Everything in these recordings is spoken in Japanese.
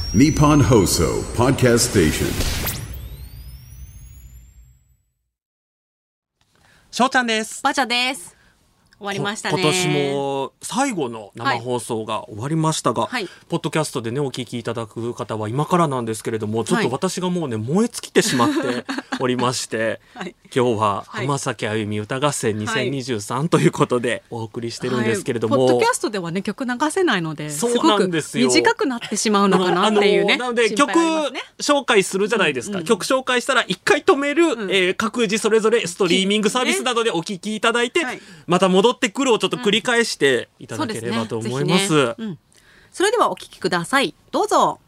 Nippon Hoso Podcast Station。 しょうちゃんです。 バチャです。終わりましたね。 今年も最後の生放送が終わりましたが、 はい、 ポッドキャストでねお聞きいただく方は今からなんですけれども、ちょっと私がもうね燃え尽きてしまっておりまして、はい、今日は浜崎あゆみ歌合戦2023ということでお送りしてるんですけれども、 ポッドキャストではね曲流せないので、すごく短くなってしまうのかなっていうね。 なので曲紹介するじゃないですか、曲紹介したら一回止める、各自それぞれストリーミングサービスなどでお聞きいただいて、また戻ってくるをちょっと繰り返していただければと思います。 それではお聞きください。どうぞ。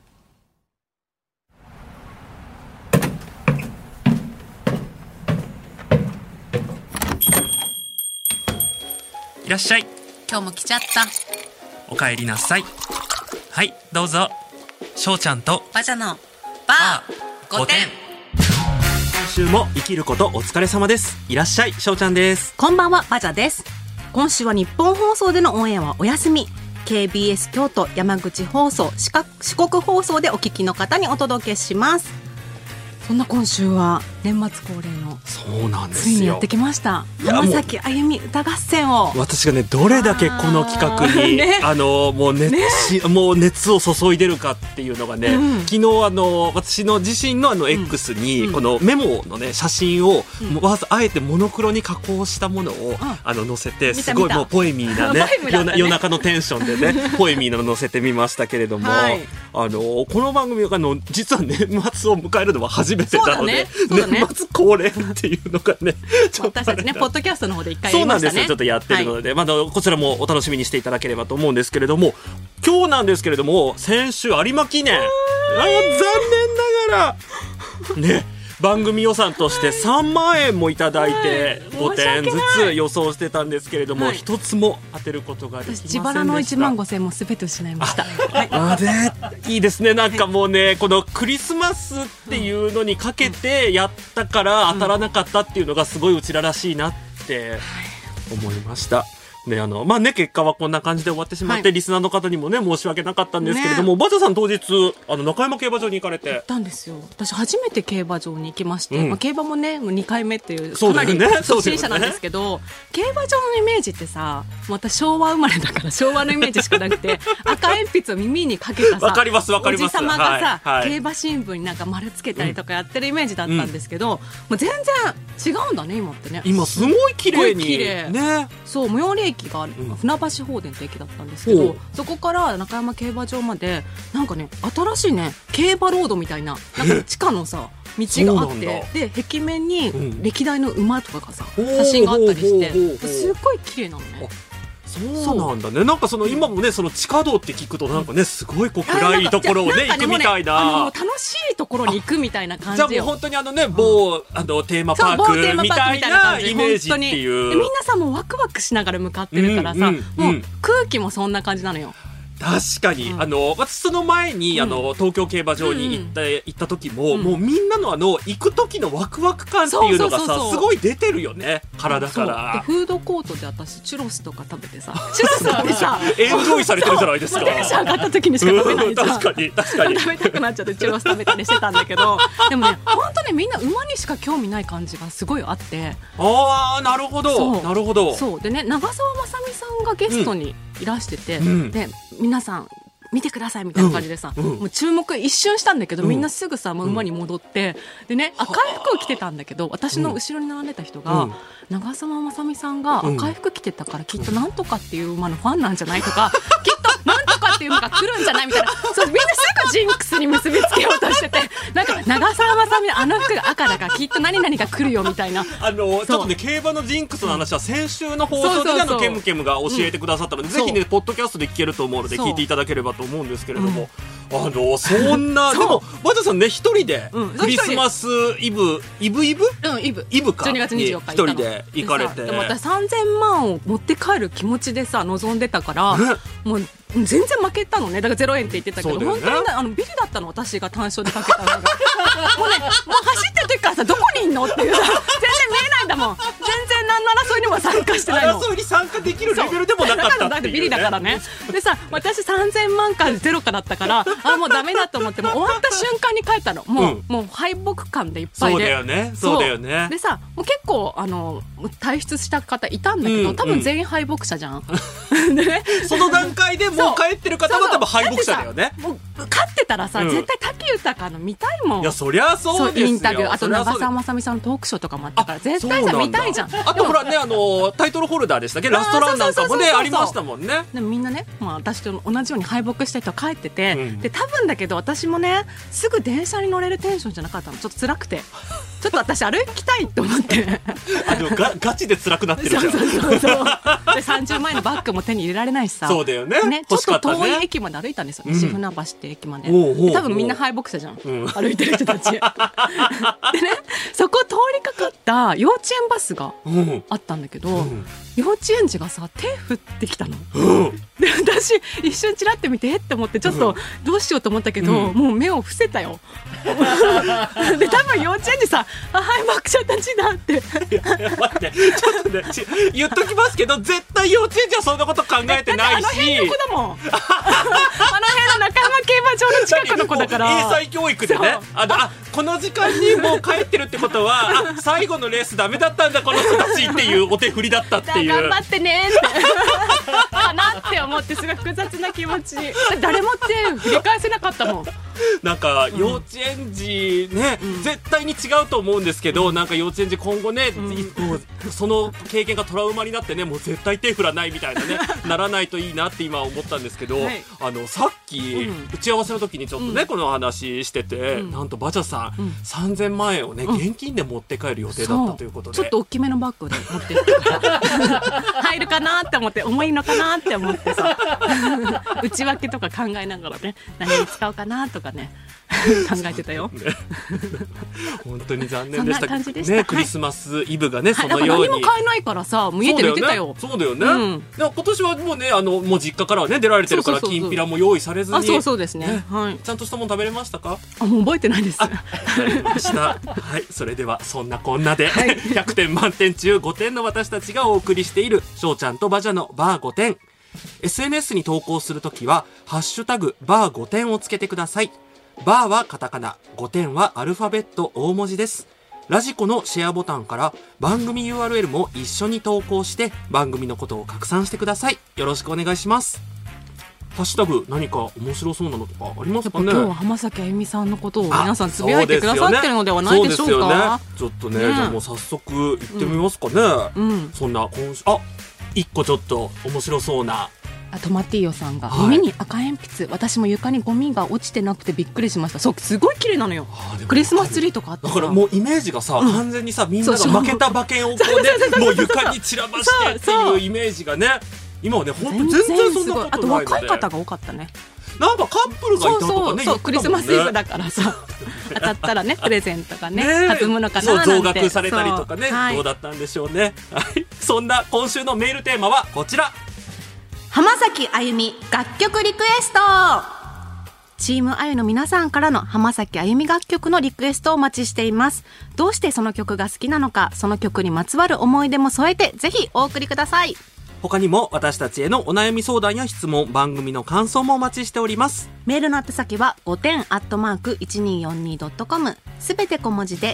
いらっしゃい。 今日も来ちゃった。 お帰りなさい。はいどうぞ。しょうちゃんとバチャのバー5点。 今週も生きることお疲れ様です。いらっしゃい。しょうちゃんです。 こんばんは、バチャです。今週は日本放送でのオンエアはお休み。 KBS 京都、山口放送、四国放送でお聞きの方にお届けします。そんな今週は年末恒例の、 そうなんですよ、 ついにやってきました浜崎あゆみ歌合戦を。 私がねどれだけこの企画に、もう熱を注いでるかっていうのがね、昨日私の自身のX にこのメモのね写真を、わざあえてモノクロに加工したものを載せて、すごいもうポエミーなね夜中のテンションでねポエミーなの載せてみましたけれども、この番組実は年末を迎えるのは初めてなので、年末恒例っていうのがねちょっと私たちねポッドキャストの方で一回やりましたね。 そうなんですよ、ちょっとやってるので、こちらもお楽しみにしていただければと思うんですけれども、今日なんですけれども先週有馬記念、残念ながらね番組予算として3万円もいただいて5点ずつ予想してたんですけれども、一つも当てることができませんでした。 自腹の1万5千も全て失いました。 いいですね。なんかもうね、このクリスマスっていうのにかけてやったから当たらなかったっていうのがすごいうちららしいなって思いました。で結果はこんな感じで終わってしまって、リスナーの方にもね申し訳なかったんですけれども、バチャさん当日中山競馬場に行かれて。 行ったんですよ。私初めて競馬場に行きまして、競馬もね2回目っていうかなり初心者なんですけど、競馬場のイメージってさ、また昭和生まれだから昭和のイメージしかなくて赤鉛筆を耳にかけたさわかりますおじさまがさ、競馬新聞になんか丸つけたりとかやってるイメージだったんですけど、もう全然違うんだね今ってね。 今すごい綺麗にね。そう最寄り駅が船橋放電って駅だったんですけど、そこから中山競馬場までなんかね新しいね競馬ロードみたいな、なんか地下のさ道があって、で壁面に歴代の馬とかがさ、写真があったりしてすっごい綺麗なのね。 そうなんだね。なんか今もねその地下道って聞くとなんかねすごい暗いところをね行くみたいな、 楽しいところに行くみたいな感じよ。 じゃあもう本当に某テーマパークみたいなイメージっていう。 みんなさもうワクワクしながら向かってるからさ、もう空気もそんな感じなのよ。 確かに、私その前に東京競馬場に行った時も、もうみんなの行く時のワクワク感っていうのがさすごい出てるよね、体から。 でフードコートで私チュロスとか食べてさ、チュロスはねさエンジョイされてるじゃないですか。 テンション上がった時にしか食べないじゃん。 確かに食べたくなっちゃってチュロス食べたりしてたんだけどでもね本当ねみんな馬にしか興味ない感じがすごいあって。 なるほどなるほど。 そうでね、長澤まさみさんがゲストにいらしてて、で皆さん見てくださいみたいな感じでさ、もう注目一瞬したんだけど、みんなすぐさもう馬に戻って、でね赤い服を着てたんだけど、私の後ろに並んでた人が、長澤まさみさんが赤い服着てたからきっとなんとかっていう馬のファンなんじゃないとか、きっとなんとかっていう馬が来るんじゃないみたいな、そうみんなすぐジンクスに結びつけようとしてて、なんか長澤まさみの服が赤だからきっと何々が来るよみたいな。 ちょっとね競馬のジンクスの話は先週の放送でケムケムが教えてくださったので、ぜひねポッドキャストで聞けると思うので聞いていただければと思うんですけれども、そんなでもバチャさんね一人でクリスマスイブか 12月24日一人で行かれて、 でも私3000万を持って帰る気持ちでさ望んでたから、もう全然負けたのね。だから0円って言ってたけど、本当にビリだったの、私が単勝でかけたのがもうねもう走ってる時からさどこにいんのっていうさ全然見えないんだもん。全然何の争いにも参加してないの。 争いに参加できるレベルでもなかったっていうね。 だってビリだからね。でさ、私3000万からゼロかだったからもうダメだと思って、もう終わった瞬間に帰ったの。もう敗北感でいっぱいで。 そうだよね、そうだよね。 でさ、もう結構退出した方いたんだけど、多分全員敗北者じゃん。でね、 その段階でもう帰ってる方は多分敗北者だよね。 もう勝ってたらさ、絶対滝豊の見たいもん。 いや、そりゃそうですよ。 インタビュー、あと長澤まさみさんのトークショーとかもあったから、絶対さ見たいじゃん。 あとほらね、タイトルホルダーでしたっけ、ラストランなんかもねありましたもんね。 でもみんなね、私と同じように敗北した人帰ってて、で多分だけど私もね、すぐ電車に乗れるテンションじゃなかったの。ちょっと辛くて、ちょっと私歩きたいと思ってでもガチで辛くなってるじゃん。 そうで30万円のバッグも手に入れられないしさ。 そうだよね。 ちょっと遠い駅まで歩いたんですよ、西船橋って駅まで。多分みんな敗北者じゃん、歩いてる人たちでね、そこ通りかかった幼稚園バスがあったんだけど、幼稚園児がさ手振ってきたの、で私一瞬チラって見てって思って、ちょっとどうしようと思ったけど、もう目を伏せたよで多分幼稚園児さ、敗北者たちだって待って、ちょっとね、言っときますけど、絶対幼稚園児はそんなこと考えてないし、 あの辺の子だもんあの辺の中山競馬場の近くの子だから英才教育でね、この時間にもう帰ってるってことは最後のレースダメだったんだこの人たちっていうお手振りだったっていう、 頑張ってねってかなって思って、すごい複雑な気持ち。誰も手振り返せなかったもん。 なんか幼稚園児ね、絶対に違うと思うんですけど、なんか幼稚園児今後ね、もうその経験がトラウマになってね、もう絶対手振らないみたいなねならないといいなって今思ったんですけど、さっき打ち合わせの時にちょっとね、この話してて、なんとバジャさん、3000万円をね現金で持って帰る予定だったということで、 ちょっと大きめのバッグで持ってって入るかなって思って、重いのかなって思ってさ内訳とか考えながらね、何に使うかなとかね考えてたよ本当に残念でした。 そんな感じでしたね、クリスマスイブがね、そのように何も買えないからさ、もう家で見てたよ。 そうだよね。今年はもうね、もう実家からはね出られてるから、きんぴらも用意されずに、 そうですね。 ちゃんとしたもの食べれましたか？ もう覚えてないです。 わかりました。はい、それではそんなこんなで100点満点中5点の私たちがお送りしているしょうちゃんとバジャのバー5点。SNS に投稿するときはハッシュタグバー5点をつけてください。バーはカタカナ、5点はアルファベット大文字です。ラジコのシェアボタンから番組 URL も一緒に投稿して番組のことを拡散してください。よろしくお願いします。ハッシュタグ何か面白そうなのとかありますかね？ 今日は浜崎あゆみさんのことを皆さんつぶやいてくださってるのではないでしょうか。 ちょっとね、じゃあもう早速行ってみますかね。そんな今週一個ちょっと面白そうな、 トマティーヨさんが耳に赤鉛筆、私も床にゴミが落ちてなくてびっくりしました。そう、すごい綺麗なのよ。クリスマスツリーとかあってさ、 だからもうイメージがさ、完全にさ、みんなが負けた馬券をこうねもう床に散らばしてっていうイメージがね、今はね本当に全然そんなことないので、 あと若い方が多かったね。 なんかカップルがいたとかね。 そうクリスマスイブだからさ当たったらねプレゼントがね弾むのかななんて、 増額されたりとかね、どうだったんでしょうね。そんな今週のメールテーマはこちら。 浜崎あゆみ楽曲リクエスト。チームあゆの皆さんからの浜崎あゆみ楽曲のリクエストをお待ちしています。どうしてその曲が好きなのか、その曲にまつわる思い出も添えてぜひお送りください。 他にも私たちへのお悩み相談や質問、番組の感想もお待ちしております。 メールの宛先は5点@1242.com、 すべて小文字で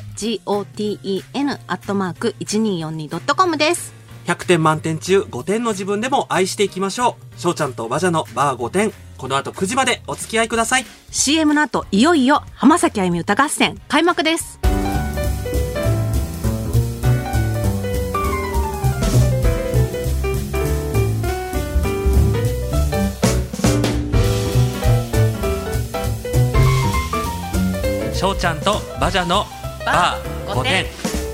GOTEN@1242.com です。 100点満点中5点の自分でも愛していきましょう。しょうちゃんとバジャのバー5点、この後9時までお付き合いください。 CM の後いよいよ浜崎あゆみ歌合戦開幕です。 しょうちゃんとバジャのバー5点。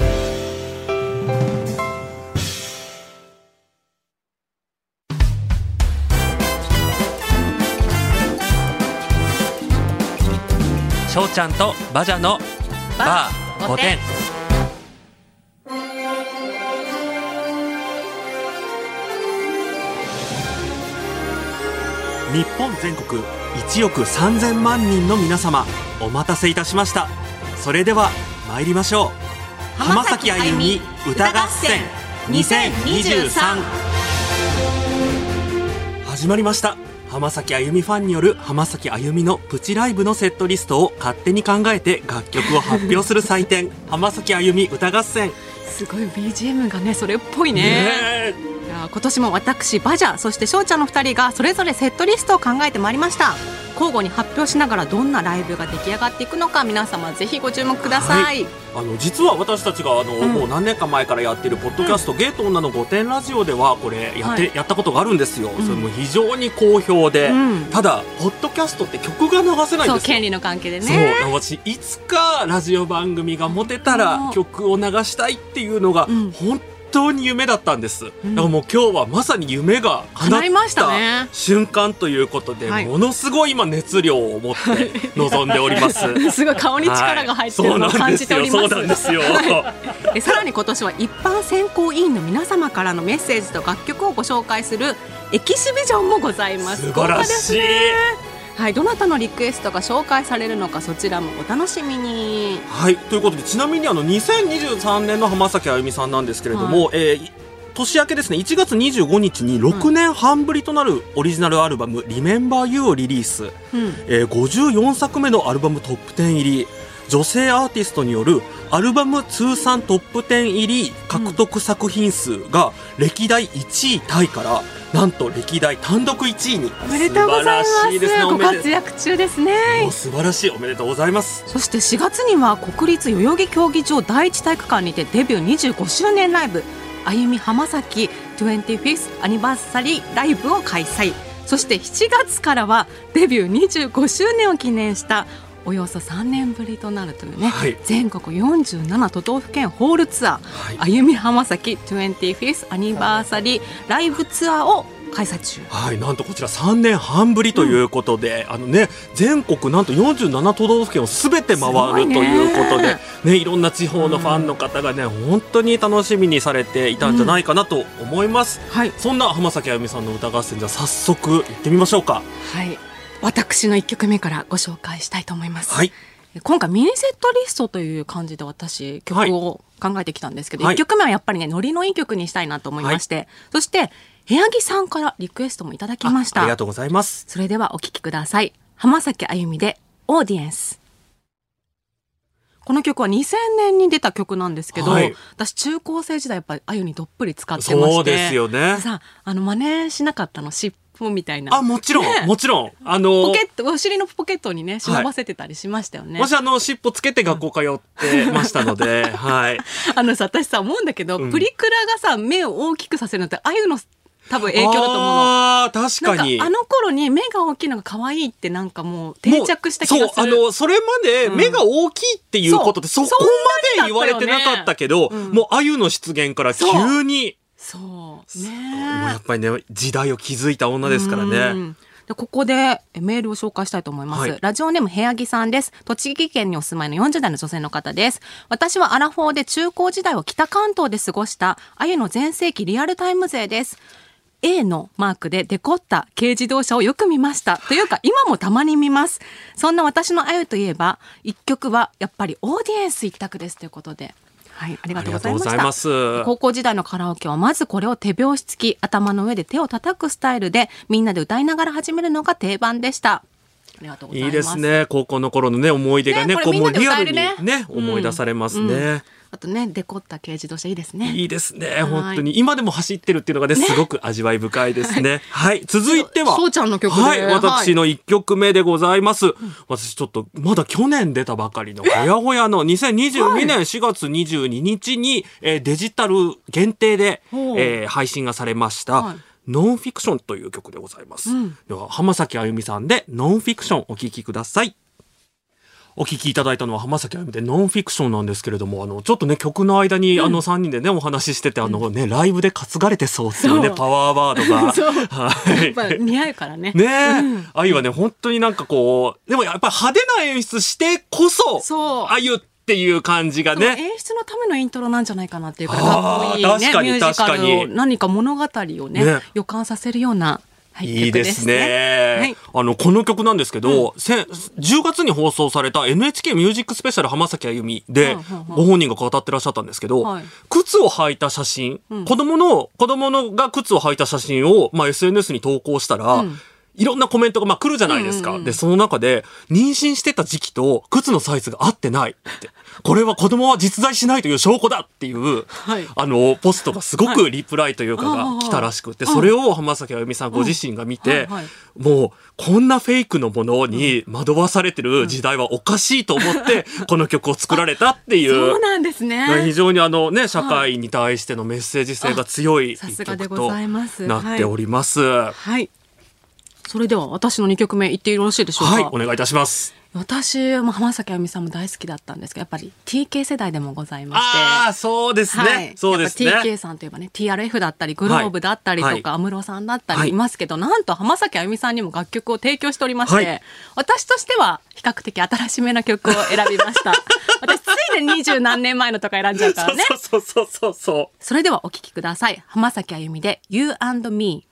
しょうちゃんとバジャのバー5点。日本全国1億3000万人の皆様、お待たせいたしました。それでは参りましょう。浜崎あゆみ歌合戦 2023。始まりました。浜崎あゆみファンによる浜崎あゆみのプチライブのセットリストを勝手に考えて楽曲を発表する祭典浜崎あゆみ歌合戦。 すごい BGM がねそれっぽいね。いや今年も私バジャそして翔ちゃんの2人がそれぞれセットリストを考えてまいりました。交互に発表しながらどんなライブが出来上がっていくのか皆様ぜひご注目ください。 実は私たちがもう何年か前からやっているポッドキャスト、ゲート女の御殿ラジオではこれやったことがあるんですよ。それも非常に好評で、ただポッドキャストって曲が流せないんですよ。 そう権利の関係でね。 そう私いつかラジオ番組が持てたら曲を流したいっていうのが本当に夢だったんです。だからもう今日はまさに夢が叶った瞬間ということで、ものすごい今熱量を持って臨んでおります。 すごい顔に力が入ってるのを感じております。 そうなんですよ。 さらに今年は一般選考委員の皆様からのメッセージと楽曲をご紹介するエキシビジョンもございます。 素晴らしい。 はい、どなたのリクエストが紹介されるのかそちらもお楽しみに。 はい、ということでちなみに2023年の浜崎あゆみさんなんですけれども、年明けですね1月25日に6年半ぶりとなるオリジナルアルバム「Remember You」をリリース、54作目のアルバムトップ10入り、女性アーティストによるアルバム通算トップ10入り獲得作品数が歴代1位タイからなんと歴代単独1位に。 おめでとうございます。素晴らしいですね。ご活躍中ですね。 素晴らしい。おめでとうございます。 そして4月には国立代々木競技場第一体育館にてデビュー25周年ライブあゆみ浜崎 25th アニバーサリーライブを開催。そして7月からはデビュー25周年を記念したおよそ3年ぶりとなるというね、全国47都道府県ホールツアー、あゆみ浜崎 25th アニバーサリーライブツアーを開催中。 はい、なんとこちら3年半ぶりということで、全国なんと47都道府県をすべて回るということで、いろんな地方のファンの方がね、本当に楽しみにされていたんじゃないかなと思います。そんな浜崎あゆみさんの歌合戦、じゃあ早速行ってみましょうか。 はい、私の1曲目からご紹介したいと思います。今回ミニセットリストという感じで私曲を考えてきたんですけど、1曲目はやっぱりねノリのいい曲にしたいなと思いまして、そして部屋着さんからリクエストもいただきました。 ありがとうございます。 それではお聴きください。浜崎あゆみでオーディエンス。この曲は2000年に出た曲なんですけど、私中高生時代やっぱりあゆにどっぷり使ってまして。 そうですよね。 さ真似しなかったの尻尾みたいな。 もちろん、もちろん。 ポケット、お尻のポケットにね、忍ばせてたりしましたよね。 私尻尾つけて学校通ってましたので、はい。 私さ、思うんだけど、プリクラがさ、目を大きくさせるのって、あゆの多分影響だと思うの。 確かに。 なんか頃に目が大きいのが可愛いってなんかもう定着した気がする。 そう、それまで目が大きいっていうことってそこまで言われてなかったけど、もうあゆの出現から急に。そうね。もうやっぱりね時代を築いた女ですからね。 でここでメールを紹介したいと思います。ラジオネーム部屋着さんです。栃木県にお住まいの40代の女性の方です。私はアラフォーで中高時代を北関東で過ごしたあゆの全盛期リアルタイム勢です。A のマークでデコった軽自動車をよく見ました。というか今もたまに見ます。そんな私のあゆといえば一曲はやっぱりオーディエンス一択ですということで。はい、ありがとうございました。高校時代のカラオケはまずこれを手拍子付き頭の上で手を叩くスタイルでみんなで歌いながら始めるのが定番でした。ありがとうございます。 いいですね。高校の頃のね思い出がね、こうもうリアルにね思い出されますね。 あとねデコった軽自動車いいですね。 いいですね。本当に今でも走ってるっていうのがねすごく味わい深いですね。はい、続いてはそうちゃんの曲で、 私の1曲目でございます。私ちょっとまだ去年出たばかりのほやほやの2022年4月22日にデジタル限定で配信がされましたノンフィクションという曲でございます。では浜崎あゆみさんでノンフィクションお聴きください。お聞きいただいたのは浜崎あゆみでノンフィクションなんですけれども、ちょっとね曲の間に3人でねお話ししててライブで担がれてそうですよね、パワーワードが。 やっぱ似合うからね。 あゆはね本当になんかこうでもやっぱり派手な演出してこそあゆっていう感じがね。 演出のためのイントロなんじゃないかなっていうからかっこいいね。ミュージカルを何か物語をね予感させるようなはい、 いいですね。この曲なんですけど、10月に放送された NHK ミュージックスペシャル浜崎あゆみで、ご本人が語ってらっしゃったんですけど、靴を履いた写真、子供のが靴を履いた写真を、SNS に投稿したら、いろんなコメントが来るじゃないですか。で、その中で、妊娠してた時期と靴のサイズが合ってないって。これは子供は実在しないという証拠だっていう、ポストがすごくリプライというかが来たらしくて、それを浜崎あゆみさんご自身が見て、もうこんなフェイクのものに惑わされてる時代はおかしいと思って、この曲を作られたっていう。 そうなんですね。 非常に社会に対してのメッセージ性が強い一曲となっております。 はい。それでは私の2曲目言ってよろしいでしょうか。 はい、お願いいたします。 私も浜崎あゆみさんも大好きだったんですけど、やっぱり TK 世代でもございまして。 ああ、そうですね。そうですね。 TK さんといえばね、TRF だったり、グローブだったりとか、安室さんだったりいますけど、なんと浜崎あゆみさんにも楽曲を提供しておりまして、私としては比較的新しめな曲を選びました。私ついで20何年前のとか選んじゃうからね。 そう。 それではお聴きください。浜崎あゆみで You and Me。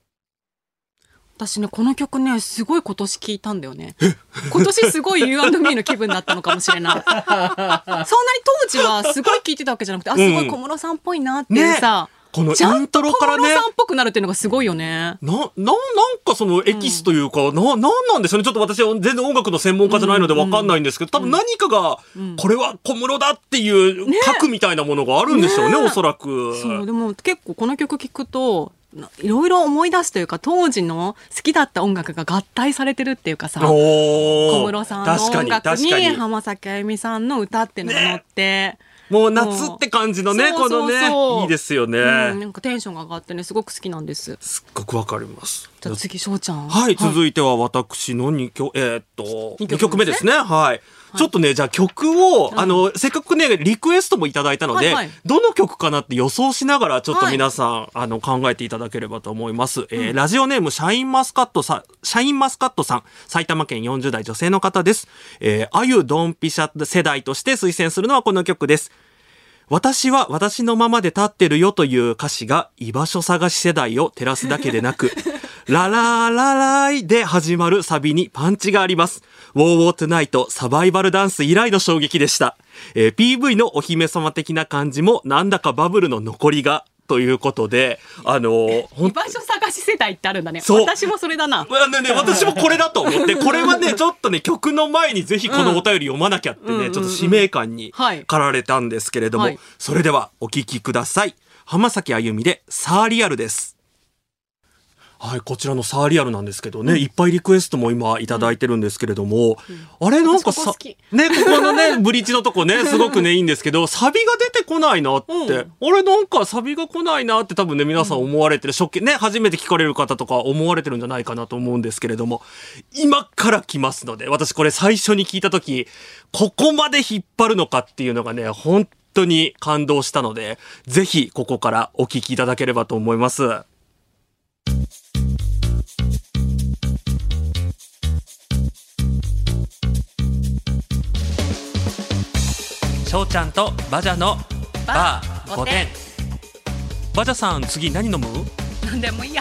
私ね、この曲ね、すごい今年聴いたんだよね。今年すごい You and Me の気分だったのかもしれない。そんなに当時はすごい聴いてたわけじゃなくて、すごい小室さんっぽいなっていうさ、 このイントロからね、 小室さんっぽくなるっていうのがすごいよね。 なんかそのエキスというか、なんでしょうね。ちょっと私は全然音楽の専門家じゃないので分かんないんですけど、多分何かが、これは小室だっていう核みたいなものがあるんでしょうね、おそらく。 そう、でも結構この曲聴くと、いろいろ思い出すというか、当時の好きだった音楽が合体されてるっていうかさ、小室さんの音楽に浜崎あゆみさんの歌っていうのが乗って、 もう夏って感じのね、このね、いいですよね。 なんかテンションが上がってね、すごく好きなんです。 すっごくわかります。 じゃあ次、翔ちゃん。 はい、続いては私の2曲目ですね。はい。ちょっとね、じゃあ曲を、せっかくね、リクエストもいただいたので、どの曲かなって予想しながら、ちょっと皆さん、考えていただければと思います。ラジオネーム、シャインマスカットさん、埼玉県40代女性の方です。あゆドンピシャ世代として推薦するのはこの曲です。私は私のままで立ってるよという歌詞が居場所探し世代を照らすだけでなく、ラララライで始まるサビにパンチがあります。ウォーウォートゥナイトサバイバルダンス以来の衝撃でした。PV のお姫様的な感じもなんだかバブルの残りが。ということで、 居場所探し世代ってあるんだね。私もそれだな。 私もこれだと思って、これはね、ちょっとね、曲の前にぜひこのお便り読まなきゃってね、ちょっと使命感に駆られたんですけれども、それではお聞きください。浜崎あゆみでサーリアルです。はい、こちらのサーリアルなんですけどね、いっぱいリクエストも今いただいてるんですけれども、あれなんかさ、ね、ここのね、ブリッジのとこね、すごくね、いいんですけど、サビが出てこないなって、あれなんかサビが来ないなって多分ね、皆さん思われてる、初めて聞かれる方とか思われてるんじゃないかなと思うんですけれども、今から来ますので、私これ最初に聞いたとき、ここまで引っ張るのかっていうのがね、本当に感動したので、ぜひここからお聞きいただければと思います。翔ちゃんとバジャのバー5点。バジャさん、次何飲む？ 何でもいいや。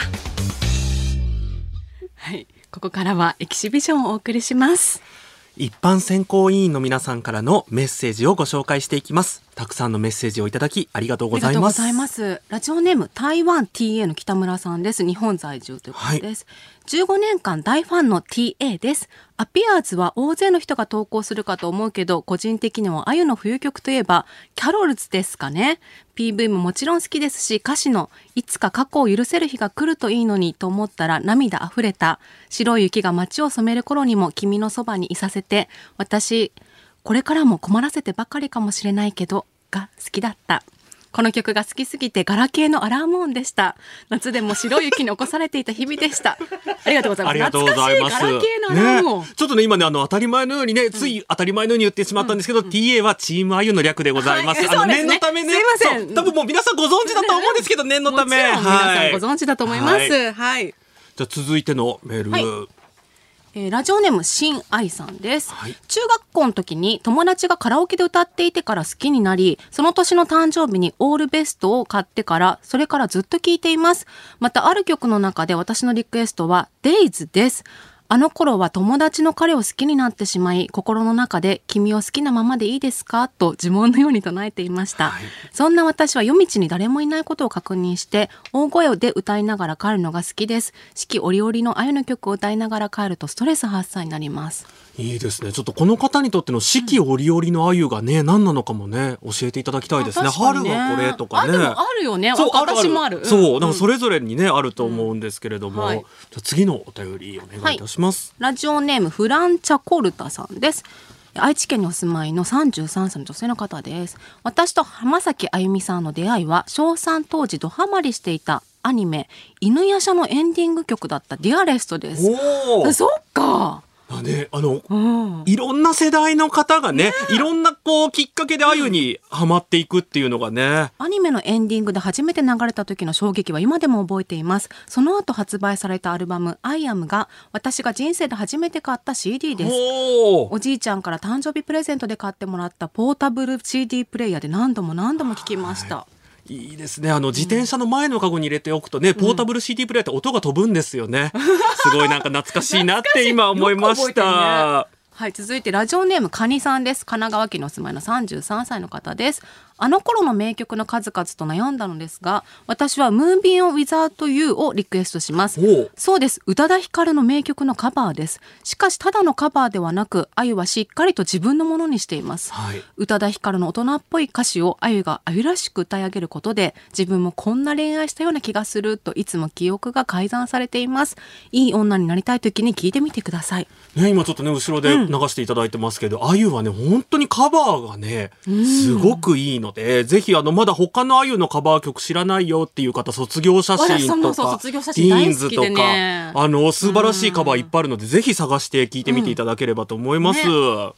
はい、ここからはエキシビジョンをお送りします。 一般選考委員の皆さんからのメッセージをご紹介していきます。たくさんのメッセージをいただきありがとうございます。 ありがとうございます。ラジオネーム台湾 TA の北村さんです。日本在住ということです。15年間大ファンの TA です。アピアーズは大勢の人が投稿するかと思うけど、個人的にはあゆの冬曲といえばキャロルズですかね。PV ももちろん好きですし、歌詞のいつか過去を許せる日が来るといいのにと思ったら涙あふれた。白い雪が街を染める頃にも君のそばにいさせて、私これからも困らせてばかりかもしれないけどが好きだった。この曲が好きすぎてガラケーのアラーム音でした。夏でも白い雪に起こされていた日々でした。ありがとうございます。 ありがとうございます。 懐かしいガラケーのアラーム音、 ちょっとね今ね当たり前のようにね、つい当たり前のように言ってしまったんですけど、TA はチームあゆの略でございます。念のためね、 すいません、 多分もう皆さんご存知だと思うんですけど、念のためもちろん皆さんご存知だと思います。はい。 じゃあ続いてのメール、 ラジオネーム新愛さんです、 はい、 中学校の時に友達がカラオケで歌っていてから好きになり、その年の誕生日にオールベストを買ってからそれからずっと聴いています。またある曲の中で私のリクエストはデイズです。あの頃は友達の彼を好きになってしまい、心の中で君を好きなままでいいですかと呪文のように唱えていました、はい、そんな私は夜道に誰もいないことを確認して大声で歌いながら帰るのが好きです。四季折々のあゆの曲を歌いながら帰るとストレス発散になります。 いいですね。ちょっとこの方にとっての四季折々のあゆがね、何なのかもね教えていただきたいですね。春はこれとかね。 でもあるよね。私もある。 そう、なんかそれぞれにね、あると思うんですけれども、はい、じゃあ次のお便りお願いいたします、 はい、ラジオネームフランチャコルタさんです。愛知県にお住まいの33歳の女性の方です。私と浜崎あゆみさんの出会いは小3当時ドハマりしていたアニメ犬夜叉のエンディング曲だったディアレストです。そっか。 ね、いろんな世代の方がね、いろんなきっかけであゆにハマっていくっていうのがね、 アニメのエンディングで初めて流れた時の衝撃は今でも覚えています。その後発売されたアルバムアイアムが私が人生で初めて買った CD です。おじいちゃんから誕生日プレゼントで買ってもらったポータブル CD プレイヤーで何度も聴きました、はい、 いいですね。自転車の前のカゴに入れておくとね、ポータブル CD プレイヤーって音が飛ぶんですよね、すごいなんか懐かしいなって今思いました、 はい、続いてラジオネームカニさんです。神奈川県にお住まいの33歳の方です。あの頃の名曲の数々と悩んだのですが、私は Moving on Without You をリクエストします。そうです、宇多田ヒカルの名曲のカバーです。しかしただのカバーではなく、あゆはしっかりと自分のものにしています、はい、宇多田ヒカルの大人っぽい歌詞をあゆがあゆらしく歌い上げることで、自分もこんな恋愛したような気がするといつも記憶が改ざんされています。いい女になりたい時に聞いてみてください、 ね、今ちょっとね後ろで流していただいてますけど、あゆはね本当にカバーがねすごくいいので、ぜひまだ他のあゆのカバー曲知らないよっていう方、卒業写真とかティーンズとか素晴らしいカバーいっぱいあるので、ぜひ探して聞いてみていただければと思います、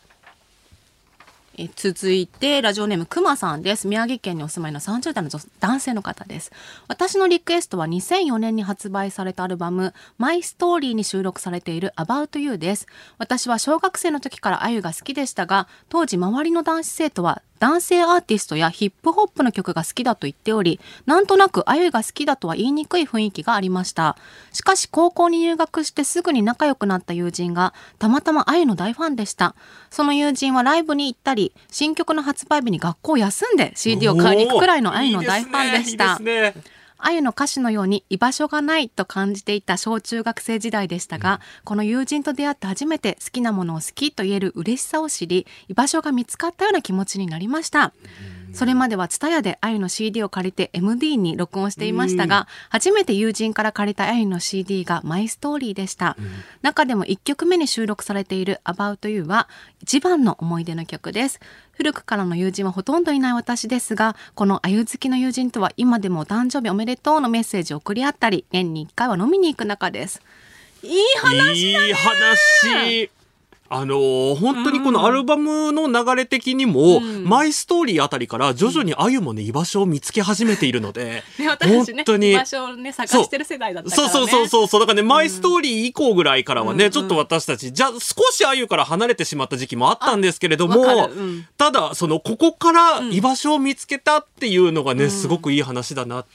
続いてラジオネームくまさんです。宮城県にお住まいの30代の男性の方です。私のリクエストは2004年に発売されたアルバムマイストーリーに収録されている About You です。私は小学生の時からあゆが好きでしたが、当時周りの男子生徒は男性アーティストやヒップホップの曲が好きだと言っており、なんとなくあゆが好きだとは言いにくい雰囲気がありました。しかし高校に入学してすぐに仲良くなった友人がたまたまあゆの大ファンでした。その友人はライブに行ったり、新曲の発売日に学校を休んで CD を買いに行くくらいのあゆの大ファンでした。あゆの歌詞のように居場所がないと感じていた小中学生時代でしたが、この友人と出会って初めて好きなものを好きと言える嬉しさを知り、居場所が見つかったような気持ちになりました。それまではTSUTAYAであゆの CD を借りて MD に録音していましたが、初めて友人から借りたあゆの CD がマイストーリーでした。中でも1曲目に収録されている About You は一番の思い出の曲です。古くからの友人はほとんどいない私ですが、このあゆ好きの友人とは今でもお誕生日おめでとうのメッセージを送り合ったり、年に1回は飲みに行く仲です。いい話だね。 いい話。本当にこのアルバムの流れ的にも、マイストーリーあたりから徐々にあゆもね居場所を見つけ始めているので、 私たちね居場所をね探してる世代だったからね。 そうだからね、マイストーリー以降ぐらいからはね、ちょっと私たち少しあゆから離れてしまった時期もあったんですけれども、ただここから居場所を見つけたっていうのがね、すごくいい話だなって。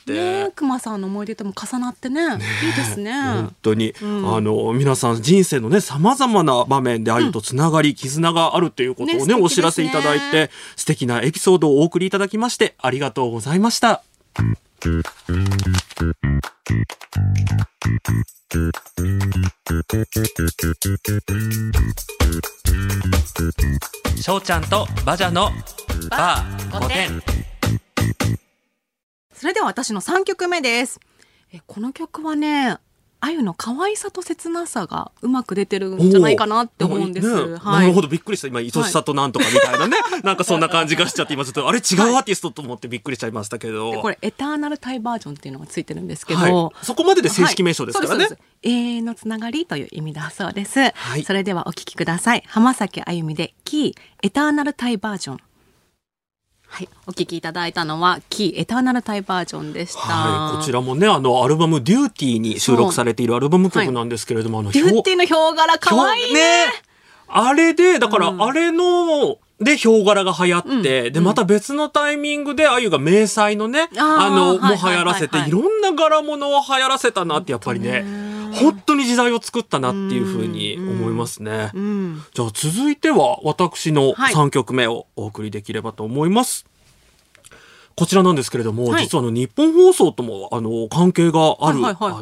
くまさんの思い出とも重なってね、いいですね。 本当に、皆さん人生のね様々な場面であゆとつながり、絆があるということをね、お知らせいただいて、素敵なエピソードをお送りいただきましてありがとうございました。しょうちゃんとバジャのバー5点。 それでは私の3曲目です。この曲はね、あゆの可愛さと切なさがうまく出てるんじゃないかなって思うんです、 なるほど、びっくりした。今愛しさとなんとかみたいなね、なんかそんな感じがしちゃって、今ちょっとあれ違うアーティストと思ってびっくりしちゃいましたけど、 これエターナルタイバージョンっていうのがついてるんですけど、 そこまでで正式名称ですからね、 永遠のつながりという意味だそうです、それではお聞きください。浜崎あゆみでキーエターナルタイバージョン。 はい、お聴きいただいたのはキーエターナルタイバージョンでした。 はい、こちらもねアルバムデューティーに収録されているアルバム曲なんですけれども、 デューティーのヒョウ柄かわいいね。 あれでだから、あれのでヒョウ柄が流行って、でまた別のタイミングであゆが迷彩のねも流行らせて、いろんな柄物を流行らせたなってやっぱりね本当に時代を作ったなっていうふうに思いますね。じゃあ続いては私の3曲目をお送りできればと思います。こちらなんですけれども、実は日本放送とも関係がある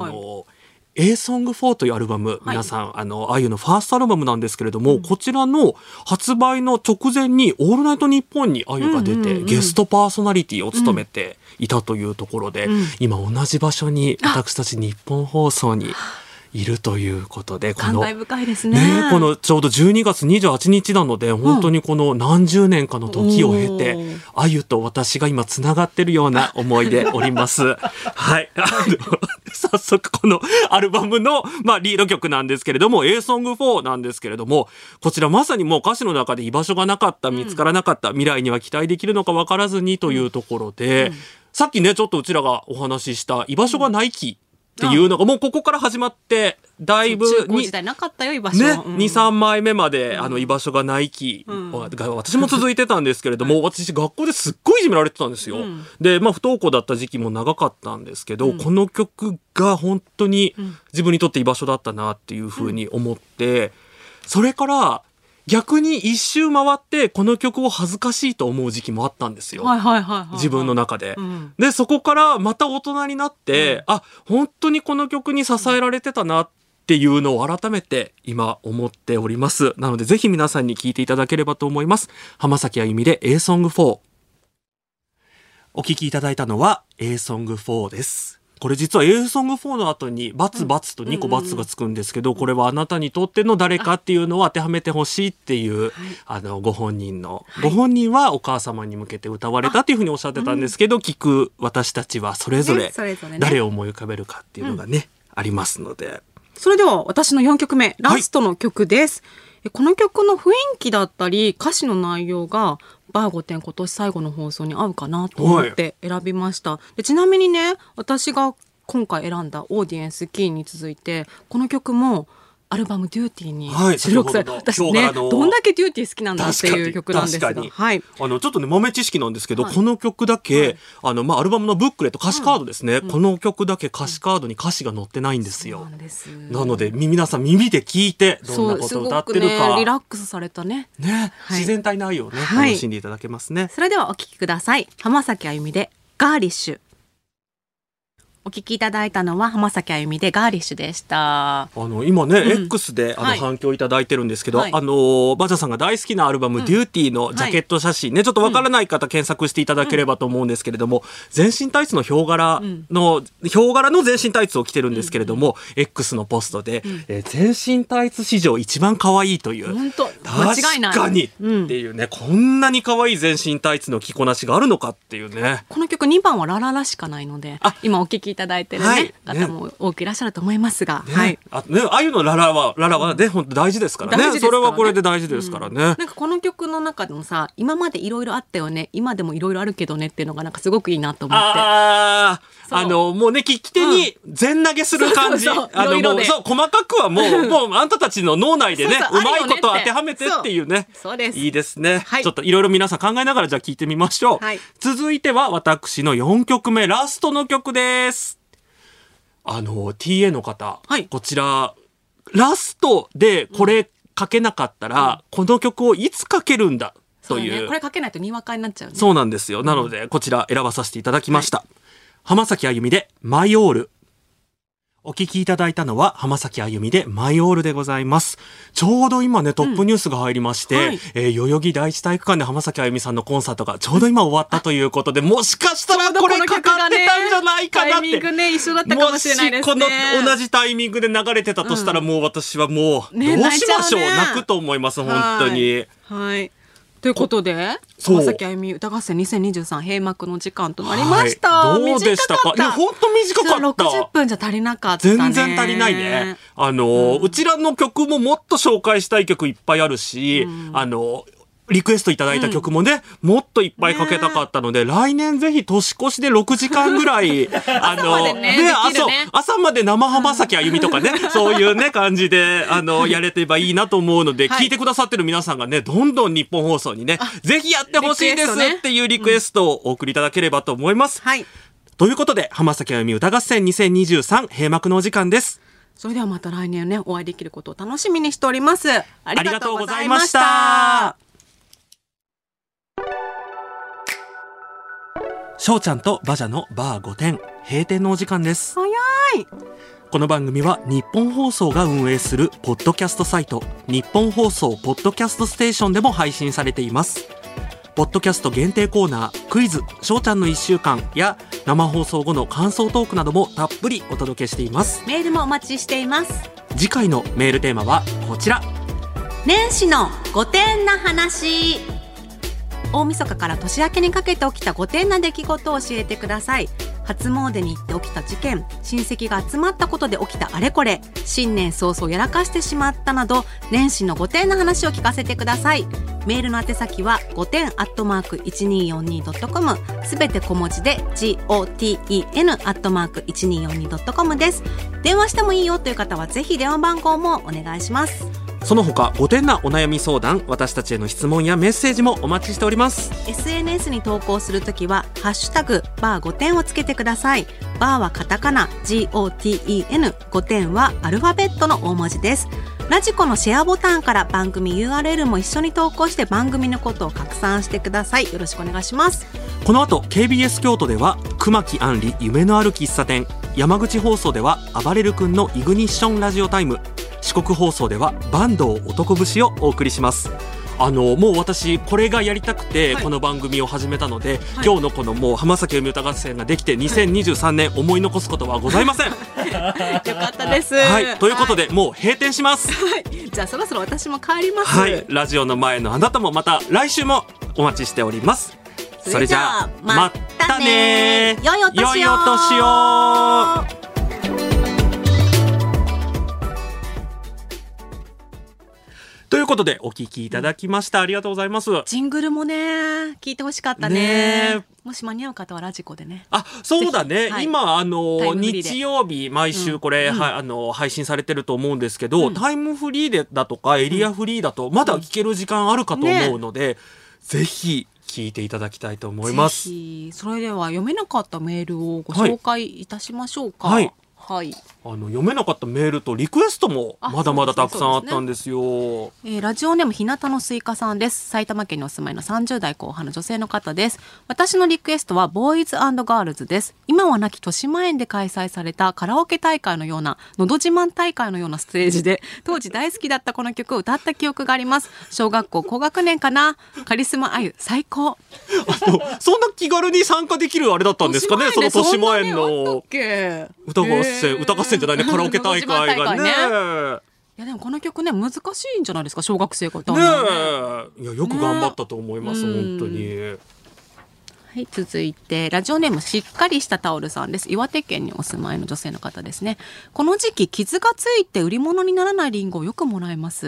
A-Song4 というアルバム、皆さんあゆのファーストアルバムなんですけれども、こちらの発売の直前にオールナイトニッポンにあゆが出て、ゲストパーソナリティを務めていたというところで、今同じ場所に私たち日本放送にいるということで、 感慨深いですね。 このちょうど12月28日なので、本当にこの何十年かの時を経て、あゆと私が今つながってるような思いでおります。はい。早速このアルバムの、リード曲なんですけれども、A-Song4 なんですけれども、こちらまさにもう歌詞の中で居場所がなかった、見つからなかった、未来には期待できるのか分からずにというところで、さっきね、ちょっとうちらがお話しした居場所がない気っていうのがもうここから始まってだいぶ中高時代なかったよ居場所、 ね、2,3 枚目まで居場所がない期が私も続いてたんですけれども、私学校ですっごいいじめられてたんですよ。で不登校だった時期も長かったんですけど、この曲が本当に自分にとって居場所だったなっていうふうに思って、それから逆に一周回ってこの曲を恥ずかしいと思う時期もあったんですよ、自分の中で、でそこからまた大人になって、本当にこの曲に支えられてたなっていうのを改めて今思っております。なのでぜひ皆さんに聴いていただければと思います。浜崎あゆみで A-Song4。 お聴きいただいたのは A-Song4 です。これ実は A-Song4 の後にバツバツと2個バツがつくんですけど、これはあなたにとっての誰かっていうのを当てはめてほしいっていう、ご本人はお母様に向けて歌われたっていうふうにおっしゃってたんですけど、聞く私たちはそれぞれ誰を思い浮かべるかっていうのがね、ありますので。 それでは私の4曲目ラストの曲です、この曲の雰囲気だったり歌詞の内容がバー5点今年最後の放送に合うかなと思って選びました。でちなみにね、私が今回選んだオーディエンスキーに続いてこの曲もアルバムデューティーに収録された、私ねどんだけデューティー好きなんだっていう曲なんですが、ちょっとね豆知識なんですけど、この曲だけアルバムのブックレット歌詞カードですね、この曲だけ歌詞カードに歌詞が載ってないんですよ。なので皆さん耳で聞いてどんなことを歌ってるか、 リラックスされたね自然体な愛をね楽しんでいただけますね。 それではお聴きください。浜崎あゆみでガーリッシュ。お聞きいただいたのは浜崎あゆみでガーリッシュでした。 今ね、X で反響いただいてるんですけど、バジャさんが大好きなアルバム、デューティーのジャケット写真ね、ちょっとわからない方検索していただければと思うんですけれども、全身タイツのヒョウ柄の全身タイツを着てるんですけれども、X のポストで、全身タイツ史上一番可愛いという、 本当間違いない、 確かにっていうね、こんなに可愛い全身タイツの着こなしがあるのかっていうね。 この曲2番はラララしかないので、今お聞きいただいてる方も多くいらっしゃると思いますが、 あゆのララはね本当大事ですからね。それはこれで大事ですからね。 なんかこの曲の中でもさ、今までいろいろあったよね、今でもいろいろあるけどねっていうのがなんかすごくいいなと思って、 もうね聞き手に全投げする感じ、もう細かくはもうあんたたちの脳内でねうまいこと当てはめてっていうね、いいですね。ちょっといろいろ皆さん考えながらじゃあ聞いてみましょう。続いては私の4曲目ラストの曲です。TA の方、こちらラストでこれかけなかったら、この曲をいつかけるんだという、 これかけないとにわかになっちゃうね。 そうなんですよ。なのでこちら選ばさせていただきました、浜崎あゆみでマイオール。お聞きいただいたのは浜崎あゆみでマイオールでございます。ちょうど今ねトップニュースが入りまして、代々木第一体育館で浜崎あゆみさんのコンサートがちょうど今終わったということで、もしかしたらこれかかってたんじゃないかなって、 タイミングね一緒だったかもしれないですね。 もしこの同じタイミングで流れてたとしたら、もう私はもうどうしましょう、泣くと思います本当に。 ということで浜崎あゆみ歌合戦2023閉幕の時間となりました。 どうでしたか？本当短かった。 60分じゃ足りなかったね。 全然足りないね。うちらの曲ももっと紹介したい曲いっぱいあるし、 リクエストいただいた曲もね、もっといっぱいかけたかったので、来年ぜひ年越しで6時間ぐらい、朝まで生浜崎あゆみとかね、そういうね、感じで、やれてばいいなと思うので、聞いてくださってる皆さんがね、どんどん日本放送にね、ぜひやってほしいですっていうリクエストをお送りいただければと思います。ということで、浜崎あゆみ歌合戦2023閉幕のお時間です。 それではまた来年ね、お会いできることを楽しみにしております。ありがとうございました。しょうちゃんとバジャのバー5点閉店のお時間です。 早い。 この番組は日本放送が運営するポッドキャストサイト日本放送ポッドキャストステーションでも配信されています。ポッドキャスト限定コーナークイズしょうちゃんの1週間や生放送後の感想トークなどもたっぷりお届けしています。 メールもお待ちしています。 次回のメールテーマはこちら。 年始の5点な話。大晦日から年明けにかけて起きた5点な出来事を教えてください。初詣に行って起きた事件、親戚が集まったことで起きたあれこれ、新年早々やらかしてしまったなど、年始の5点の話を聞かせてください。メールの宛先は5点@1242.com、 すべて小文字で GOTEN@1242.com です。電話してもいいよという方はぜひ電話番号もお願いします。 その他5点なお悩み相談、私たちへの質問やメッセージもお待ちしております。 SNS に投稿するときはハッシュタグバー5点をつけてください。バーはカタカナ GOTEN、 5点はアルファベットの大文字です。ラジコのシェアボタンから番組 URL も一緒に投稿して番組のことを拡散してください。よろしくお願いします。 この後 KBS 京都では熊木杏里夢のある喫茶店、山口放送ではあばれる君のイグニッションラジオタイム、四国放送では坂東男節をお送りします。もう私これがやりたくてこの番組を始めたので、今日のこのもう浜崎あゆみ歌合戦ができて2023年思い残すことはございません。 よかったです。 ということで、もう閉店します。 じゃあそろそろ私も帰ります。 ラジオの前のあなたもまた来週もお待ちしております。それじゃあまたね。 良いお年を。 良いお年を。ということでお聞きいただきました。ありがとうございます。 ジングルもね聞いてほしかったね。もし間に合う方はラジコでね。 そうだね、今日曜日毎週これ、配信されてると思うんですけど、タイムフリーでだとかエリアフリーだとまだ聞ける時間あるかと思うので、ぜひ聞いていただきたいと思います。 それでは読めなかったメールをご紹介いたしましょうか。読めなかったメールとリクエストもまだまだたくさんあったんですよ。 ラジオネームひなたのすいかさんです。埼玉県にお住まいの30代後半の女性の方です。私のリクエストはボーイズ&ガールズです。今は亡き豊島園で開催されたカラオケ大会のような、のど自慢大会のようなステージで当時大好きだったこの曲を歌った記憶があります。小学校高学年かな。カリスマあゆ最高。 そんな気軽に参加できるあれだったんですかね。その豊島園の歌合戦じゃないね、カラオケ大会がね。いやでもこの曲ね難しいんじゃないですか、小学生が歌うのね。いやよく頑張ったと思います、本当に。 続いてラジオネームしっかりしたタオルさんです。岩手県にお住まいの女性の方ですね。この時期傷がついて売り物にならないリンゴをよくもらえます。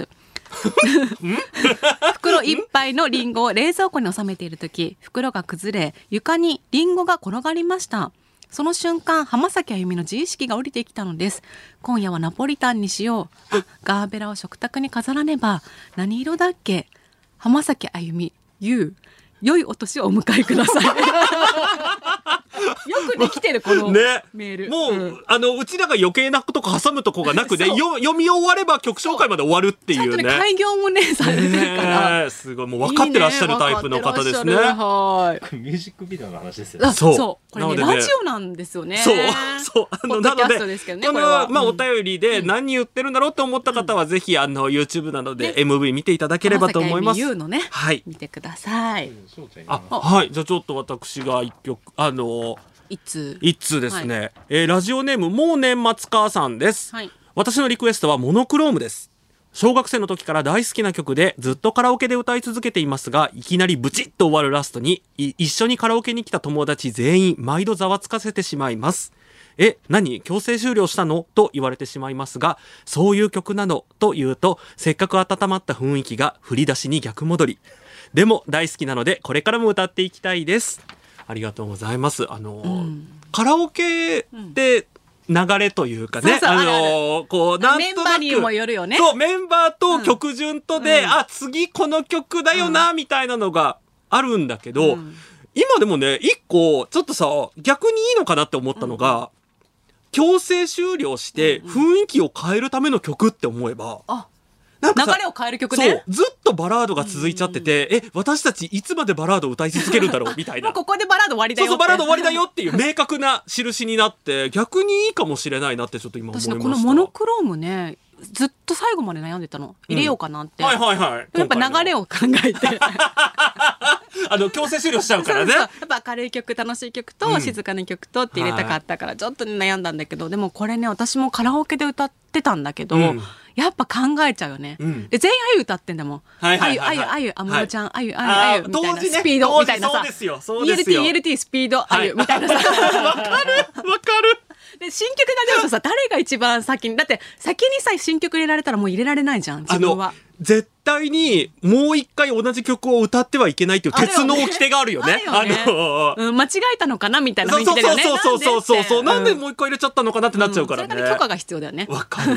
袋いっぱいのリンゴを冷蔵庫に収めている時、袋が崩れ床にリンゴが転がりました。その瞬間浜崎あゆみの自意識が降りてきたのです。今夜はナポリタンにしよう。ガーベラを食卓に飾らねば。何色だっけ。浜崎あゆみ良いお年をお迎えください。よくできてるこのメール、 もう、うちらが余計なとこ挟むとこがなくて読み終われば曲紹介まで終わるっていうね。ちゃんとね開業もねされてるから、すごいもう分かってらっしゃるタイプの方ですね。 ミュージックビデオの話ですよね。 そうこれねラジオなんですよね。 そうなのでこのお便りで何言ってるんだろうと思った方はぜひYouTube などで MV 見ていただければと思います。 のね、見てください。 じゃあちょっと私が一曲一通ですね、ラジオネームもう年末母さんです、私のリクエストはモノクロームです。小学生の時から大好きな曲でずっとカラオケで歌い続けていますが、いきなりブチッと終わるラストに一緒にカラオケに来た友達全員毎度ざわつかせてしまいます。何強制終了したのと言われてしまいますが、そういう曲なのと言うとせっかく温まった雰囲気が振り出しに逆戻り。 でも大好きなのでこれからも歌っていきたいです。ありがとうございます。カラオケって流れというかね、こうなんとなくメンバーにもよるよね。 そう、メンバーと曲順とで、次この曲だよな、みたいなのがあるんだけど、今でもね、一個ちょっとさ、逆にいいのかなって思ったのが、強制終了して雰囲気を変えるための曲って思えば、なんか流れを変える曲ね。 そう、ずっとバラードが続いちゃってて、私たちいつまでバラードを歌い続けるんだろうみたいな。 もうここでバラード終わりだよって。 そうそう、バラード終わりだよっていう明確な印になって、逆にいいかもしれないなってちょっと今思いました。 私ね、このモノクロームね、ずっと最後まで悩んでたの。入れようかなって。 はいはいはい。 やっぱ流れを考えて。 強制終了しちゃうからね。 そうそう、やっぱ明るい曲、楽しい曲と、静かな曲とって入れたかったから、ちょっと悩んだんだけど、でもこれね、私もカラオケで歌ってたんだけど、やっぱ考えちゃうよね。で、全員あゆ歌ってんだもん。あゆ、安室ちゃん、あゆ、みたいな、スピードみたいなさ。ELT、スピード、あゆ、みたいなさ。 わかる。 で、新曲が出るとさ、誰が一番先に、だって先にさ、新曲入れられたらもう入れられないじゃん、自分は。 絶対にもう一回同じ曲を歌ってはいけないっていう鉄の掟があるよね。 間違えたのかなみたいな雰囲気出るよね。 そう。なんでもう一回入れちゃったのかなってなっちゃうからね。 それから許可が必要だよね。 わかる。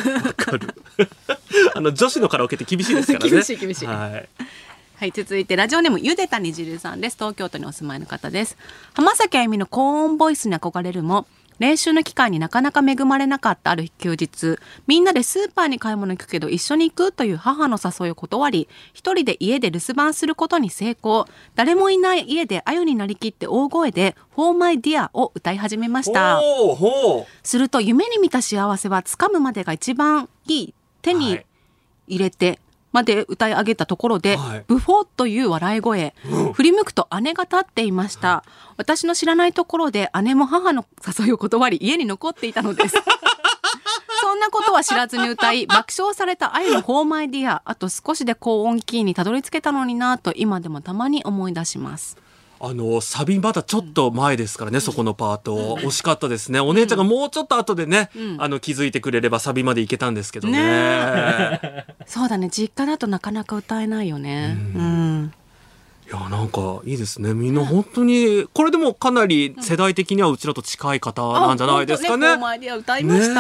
女子のカラオケって厳しいですからね。 厳しい。はい、続いてラジオネームゆでたにじるさんです。東京都にお住まいの方です。浜崎あゆみの高音ボイスに憧れるも練習の機会になかなか恵まれなかったある休日、みんなでスーパーに買い物行くけど一緒に行くという母の誘いを断り、一人で家で留守番することに成功。誰もいない家であゆになりきって大声で For My Dear を歌い始めました。すると夢に見た幸せは掴むまでが一番いい、手に入れてまで歌い上げたところで、ブフォーという笑い声、振り向くと姉が立っていました。私の知らないところで姉も母の誘いを断り家に残っていたのですそんなことは知らずに歌い爆笑されたあゆの For My Dear、 あと少しで高音キーにたどり着けたのになと今でもたまに思い出します。 サビまだちょっと前ですからね、そこのパート、惜しかったですね。お姉ちゃんがもうちょっと後でね、気づいてくれればサビまでいけたんですけどね。 そうだね、実家だとなかなか歌えないよね。 いや、なんかいいですね。みんな本当にこれでもかなり世代的にはうちらと近い方なんじゃないですかね。 前で歌いました。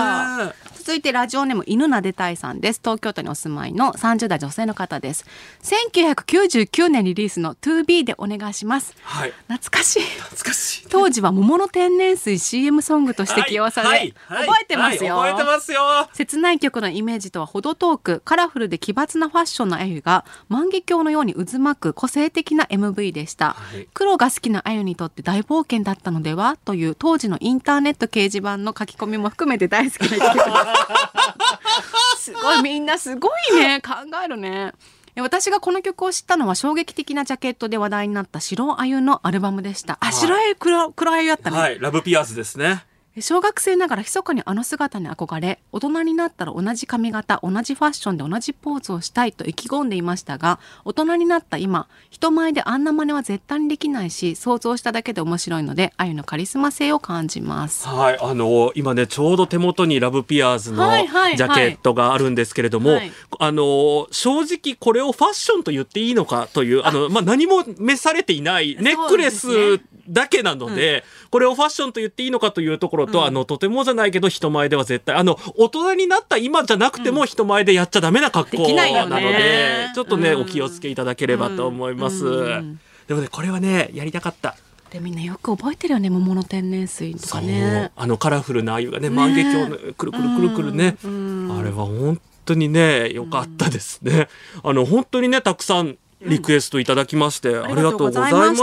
続いてラジオネーム犬なでたいさんです。東京都にお住まいの30代女性の方です。1999年リリースの To Be でお願いします。懐かしい。当時は桃の天然水 CM ソングとして起用され、覚えてますよ。切ない曲のイメージとは程遠く、カラフルで奇抜なファッションのあゆが万華鏡のように渦巻く個性的な MV でした。黒が好きなあゆにとって大冒険だったのではという当時のインターネット掲示板の書き込みも含めて大好きな曲ですすごい、みんなすごいね、考えるね。私がこの曲を知ったのは衝撃的なジャケットで話題になった白あゆのアルバムでした。白あゆ、黒あゆだったね。 ラブピアーズですね。 小学生ながら密かにあの姿に憧れ、大人になったら同じ髪型、同じファッションで同じポーズをしたいと意気込んでいましたが、大人になった今、人前であんな真似は絶対にできないし、想像しただけで面白いので、あゆのカリスマ性を感じます。 今ね、ちょうど手元にラブピアーズのジャケットがあるんですけれども、正直これをファッションと言っていいのかという、何も召されていないネックレスだけなので、これをファッションと言っていいのかというところと、とてもじゃないけど人前では絶対大人になった今じゃなくても人前でやっちゃダメな格好なので、ちょっとね、お気をつけいただければと思います。でもね、これはね、やりたかった。 でみんなよく覚えてるよね、桃の天然水とかね。 カラフルなあゆがね、万華鏡のくるくるね、あれは本当にね、良かったですね。本当にね、たくさんリクエストいただきまして、ありがとうございました。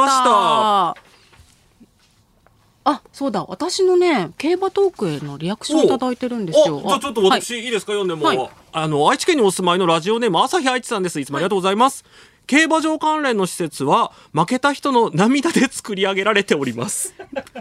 そうだ、私のね、競馬トークへのリアクションいただいてるんですよ。 じゃあちょっと私、いいですか、読んでも。愛知県にお住まいのラジオネーム朝日愛知さんです。いつもありがとうございます。競馬場関連の施設は負けた人の涙で作り上げられております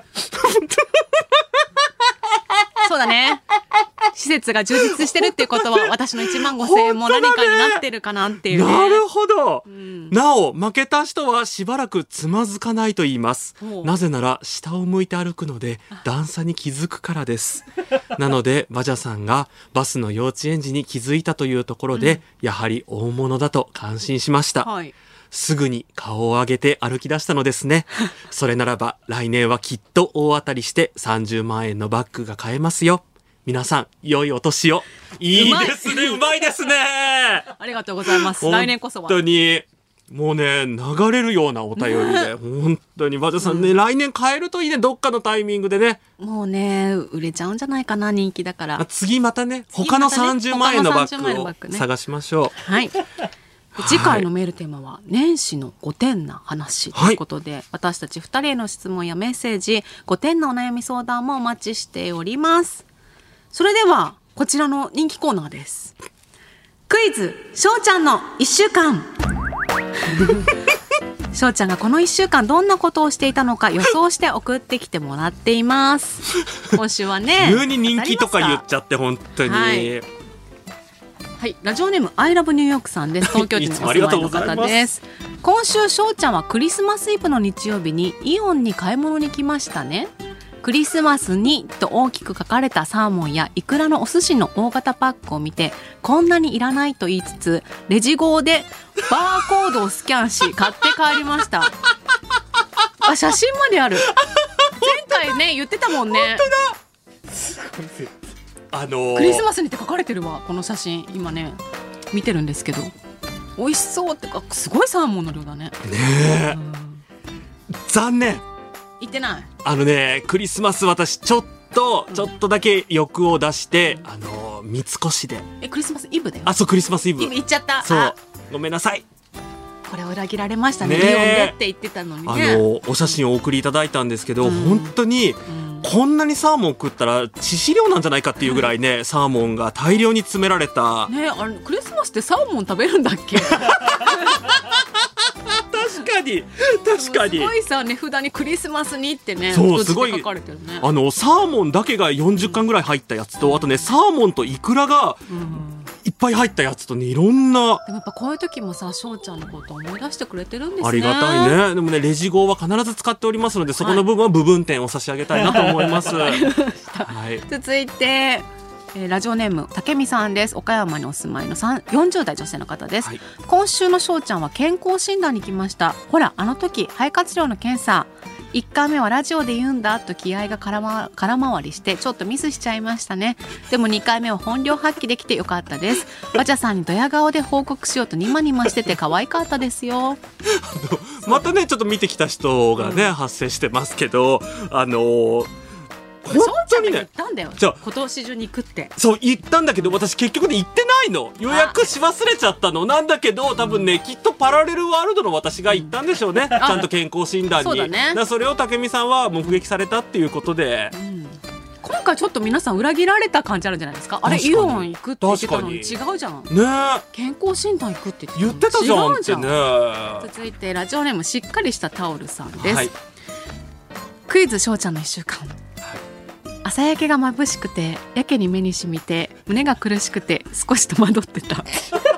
そうだね、施設が充実してるっていうことは私の15000円も何かになってるかなっていうね。 なるほど、なお負けた人はしばらくつまずかないと言います。なぜなら下を向いて歩くので段差に気づくからですなので馬車さんがバスの幼稚園児に気づいたというところで、やはり大物だと感心しました。 すぐに顔を上げて歩き出したのですね。それならば来年はきっと大当たりして30万円のバッグが買えますよ。皆さん良いお年を。いいですね、うまいですね。 ありがとうございます。来年こそは本当にもうね、流れるようなお便りで、本当にバジャさんね、来年買えるといいね、どっかのタイミングでね。 もうね、売れちゃうんじゃないかな、人気だから。 次またね、他の30万円のバッグを探しましょう。 はい。次回のメールテーマは年始の5点な話ということで、私たち2人への質問やメッセージ、5点なお悩み相談もお待ちしております。それではこちらの人気コーナーです。クイズしょうちゃんの1週間。しょうちゃんがこの1週間どんなことをしていたのか予想して送ってきてもらっています。今週はね、 急に人気とか言っちゃって本当に。 はい、ラジオネームアイラブニューヨークさんです。東京都にお住まいの方です。今週しょうちゃんはクリスマスイブの日曜日にイオンに買い物に来ましたね。クリスマスにと大きく書かれたサーモンやイクラのお寿司の大型パックを見て、こんなにいらないと言いつつレジ号でバーコードをスキャンし買って帰りました。あ、写真まである。前回ね言ってたもんね。 本当だ。 クリスマスにって書かれてるわ、この写真。今ね見てるんですけど、美味しそうってかすごいサーモンの量だね。 ねえ、残念。 言ってない。 クリスマス私ちょっとだけ欲を出して、三越で。 クリスマスイブだよ。 あ、そう、クリスマスイブ。 行っちゃった。 そう、ごめんなさい。 これ裏切られましたね。イオンでって言ってたのにね。 お写真をお送りいただいたんですけど、本当に、こんなにサーモン食ったら致死量なんじゃないかっていうぐらいね、サーモンが大量に詰められた。 ね、クリスマスってサーモン食べるんだっけ？ 確かにすごいさ、値札にクリスマスにってね、 そうすごい書かれてるね。 サーモンだけが40貫ぐらい入ったやつと、あとねサーモンとイクラがいっぱい入ったやつとね、いろんな。でもやっぱこういう時もさ、しょうちゃんのことを思い出してくれてるんですね。 ありがたいね。でもね、レジ号は必ず使っておりますので、そこの部分は部分点を差し上げたいなと思います。はい、 続いてラジオネームたけみさんです。岡山にお住まいの40代女性の方です。はい、今週のしょうちゃんは健康診断に来ました。ほら、あの時肺活量の検査、1回目はラジオで言うんだと気合が空回りしてちょっとミスしちゃいましたね。でも2回目は本領発揮できてよかったです。バチャさんにドヤ顔で報告しようとニマニマしてて可愛かったですよ。 またねちょっと見てきた人がね、発生してますけど、 本当にね、言ったんだよ。今年中に行くって。 そう言ったんだけど、私結局ね行ってないの。予約し忘れちゃったのなんだけど、多分ね、きっとパラレルワールドの私が行ったんでしょうね。ちゃんと健康診断に。 そうだね。 それを武美さんは目撃されたっていうことで、 今回ちょっと皆さん裏切られた感じあるんじゃないですか。あれイオン行くって言ってたのに違うじゃん。 ね、 健康診断行くって言ってたじゃんってね。 続いてラジオネームしっかりしたタオルさんです。 はい、 クイズしょうちゃんの1週間。朝焼けが眩しくてやけに目に染みて胸が苦しくて少し戸惑ってた。こ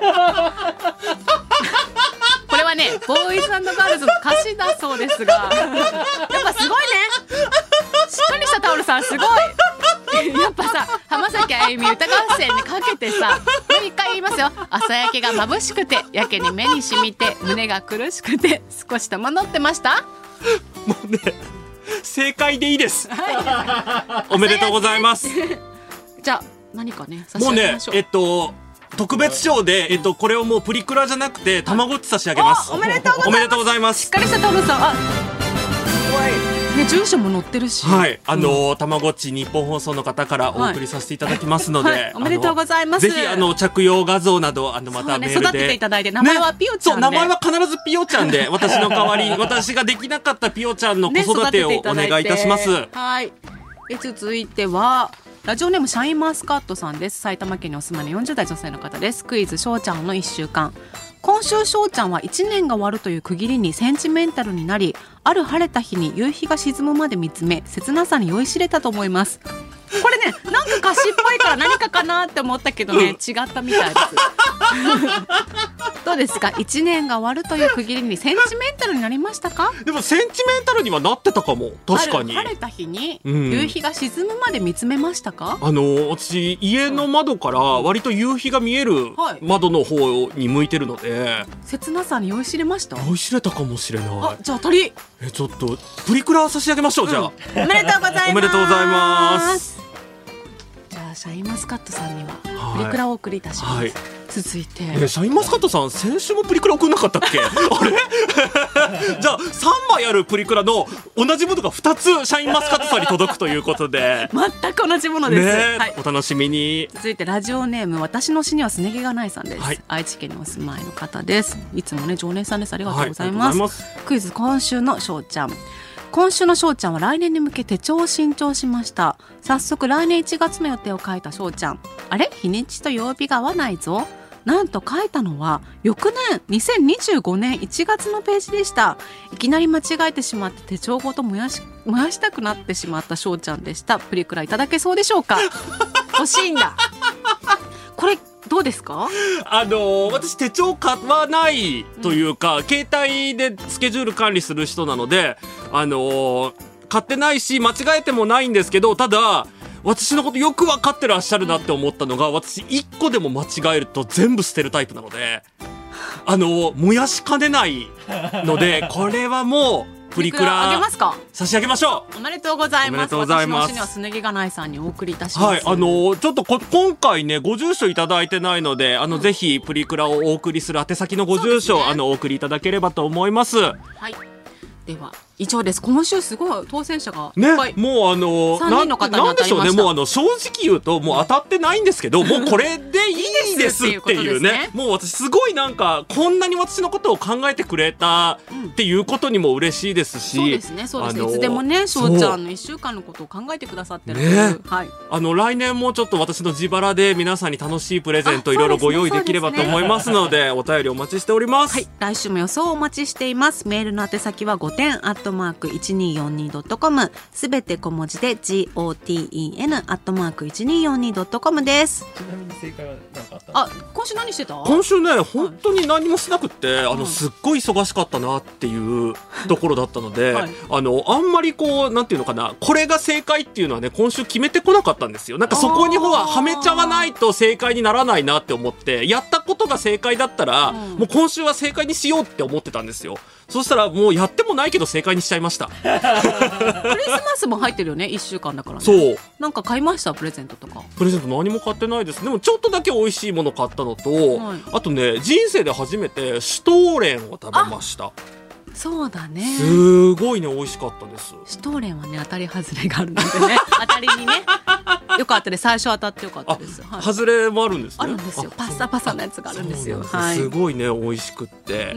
れはねボーイズ&ガールズの歌詞だそうですが、やっぱすごいね、しっかりしたタオルさんすごい。やっぱさ、浜崎あゆみ歌合戦にかけてさ、もう一回言いますよ。朝焼けが眩しくてやけに目に染みて胸が苦しくて少し戸惑ってました。 もうね正解でいいです。おめでとうございます。 じゃあ何かね差し上げましょう。 もうね、特別賞で、これをもうプリクラじゃなくてたまごっち差し上げます。 おめでとうございます。しっかりしたタオルさん、あ、ね、住所も載ってるし、 はい、たまごっち日本放送の方からお送りさせていただきますので、はいはい、 おめでとうございます。 ぜひ着用画像などまたメールで、 育てていただいて、名前はピオちゃんで、 名前は必ずピオちゃんで、私の代わり私ができなかったピオちゃんの子育てをお願いいたします。 はい、続いてはラジオネームシャインマスカットさんです。埼玉県にお住まいの40代女性の方です。クイズしょうちゃんの1週間。今週しょうちゃんは1年が終わるという区切りにセンチメンタルになり、ある晴れた日に夕日が沈むまで見つめ、切なさに酔いしれたと思います。 これねなんか歌詞っぽいから何かかなって思ったけどね、違ったみたいですどうですか、1年が終わるという区切りにセンチメンタルになりましたか？ でもセンチメンタルにはなってたかも。確かに晴れた日に夕日が沈むまで見つめましたか？ 私家の窓から割と夕日が見える窓の方に向いてるので、 切なさに酔いしれました？ 酔いしれたかもしれない。 あ、じゃあ当たり。 ちょっとプリクラ差し上げましょう、じゃあ、 おめでとうございます。 おめでとうございます。 じゃあシャインマスカットさんにはプリクラをお送りいたします、はい、続いて、 シャインマスカットさん先週もプリクラ送んなかったっけあれじゃあ3枚あるプリクラの同じものが2つシャインマスカットさんに届くということで全く同じものです、はい、 お楽しみに。 続いてラジオネーム私の詩にはすね毛がないさんです、はい、愛知県にお住まいの方です。いつもね常連さんです。ありがとうございます、はい、クイズ今週のしょうちゃん。今週のしょうちゃんは来年に向け手帳を新調しました。早速来年1月の予定を書いたしょうちゃん。あれ、日にちと曜日が合わないぞ。なんと書いたのは翌年2025年1月のページでした。いきなり間違えてしまって手帳ごと燃やしたくなってしまったしょうちゃんでした。プリクラいただけそうでしょうか？欲しいんだ。これどうですか？ 私手帳買わないというか、携帯でスケジュール管理する人なので、買ってないし間違えてもないんですけど、ただ私のことよく分かってらっしゃるなって思ったのが、私1個でも間違えると全部捨てるタイプなので、燃やしかねないので、これはもうプリクラあげますか？ 差し上げましょう。 おめでとうございます。私の詩にはすね毛がないさんにお送りいたします。 はい、ちょっと今回ねご住所いただいてないので、ぜひプリクラをお送りする宛先のご住所、お送りいただければと思います。 はい、では以上です。今週すごい当選者がいっぱい、 ね、もう 3人の方に当たりました。 なんでしょうね、もう正直言うともう当たってないんですけど、もうこれでいいですっていうねもう私すごいなんかこんなに私のことを考えてくれたっていうことにも嬉しいですし、 そうですね、そうですね、いつでもねしょうちゃんの1週間のことを考えてくださってるという、ね、はい、 来年もちょっと私の自腹で皆さんに楽しいプレゼントいろいろご用意できればと思いますので、お便りお待ちしております。 はい、来週も予想をお待ちしています。メールの宛先は5点@1242.com、 すべて小文字で GOTEN@1242.com です。 ちなみに正解は何かあった？ 今週何してた？ 今週ね本当に何もしなくって、すっごい忙しかったなっていうところだったので、はい、あんまりこうなんていうのかな、これが正解っていうのはね今週決めてこなかったんですよ。なんかそこにはめちゃわないと正解にならないなって思って、やったことが正解だったら、もう今週は正解にしようって思ってたんですよ。そしたらもうやってもないけど正解にしちゃいました。クリスマスも入ってるよね、1週間だからね。 そう、 なんか買いました？プレゼントとか。 プレゼント何も買ってないです。でもちょっとだけ美味しいもの買ったのと、はい、あとね人生で初めてシュトーレンを食べました。 そうだね、 すごいね美味しかったです。 シュトーレンはね当たり外れがあるのでね当たりにねよかったです。最初当たってよかったです、はい、 外れもあるんですね。 あるんですよ。パサパサなやつがあるんですよ。 すごいね美味しくって、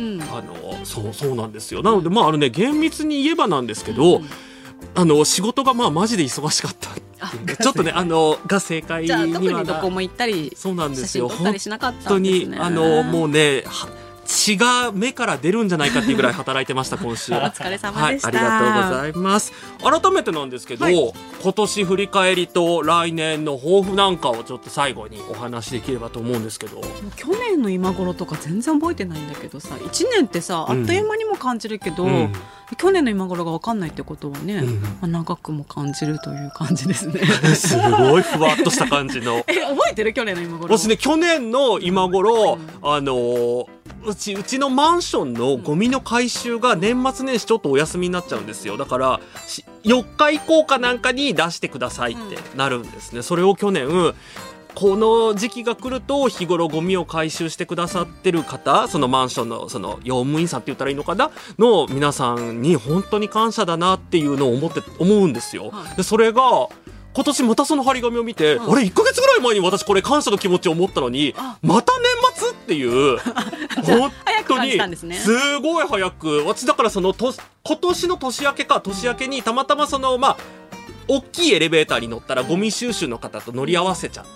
そうなんですよ。なので厳密に言えばなんですけど、仕事がマジで忙しかったちょっとねが正解には。 じゃあ特にどこも行ったりそうなんですよ、 写真撮ったりしなかったんですね。 本当にもうね血が目から出るんじゃないかっていうぐらい働いてました今週。 お疲れ様でした、 はい、ありがとうございます。改めてなんですけど、はい、今年振り返りと来年の抱負なんかをちょっと最後にお話できればと思うんですけど、 去年の今頃とか全然覚えてないんだけどさ、1年ってさあっという間にも感じるけど、去年の今頃が分かんないってことはね、長くも感じるという感じですね。 すごいふわっとした感じの覚えてる？去年の今頃。 私ね去年の今頃、うちのマンションのゴミの回収が年末年始ちょっとお休みになっちゃうんですよ。だから4日以降かなんかに出してくださいってなるんですね。それを去年この時期が来ると日頃ゴミを回収してくださってる方、そのマンションのその用務員さんって言ったらいいのかなの皆さんに本当に感謝だなっていうのを思うんですよ。でそれが今年またその張り紙を見て、あれ1ヶ月ぐらい前に私これ感謝の気持ちを持ったのにまた年末っていう本当にすごい早く、私だからその今年の年明けにたまたまその大きいエレベーターに乗ったらゴミ収集の方と乗り合わせちゃって、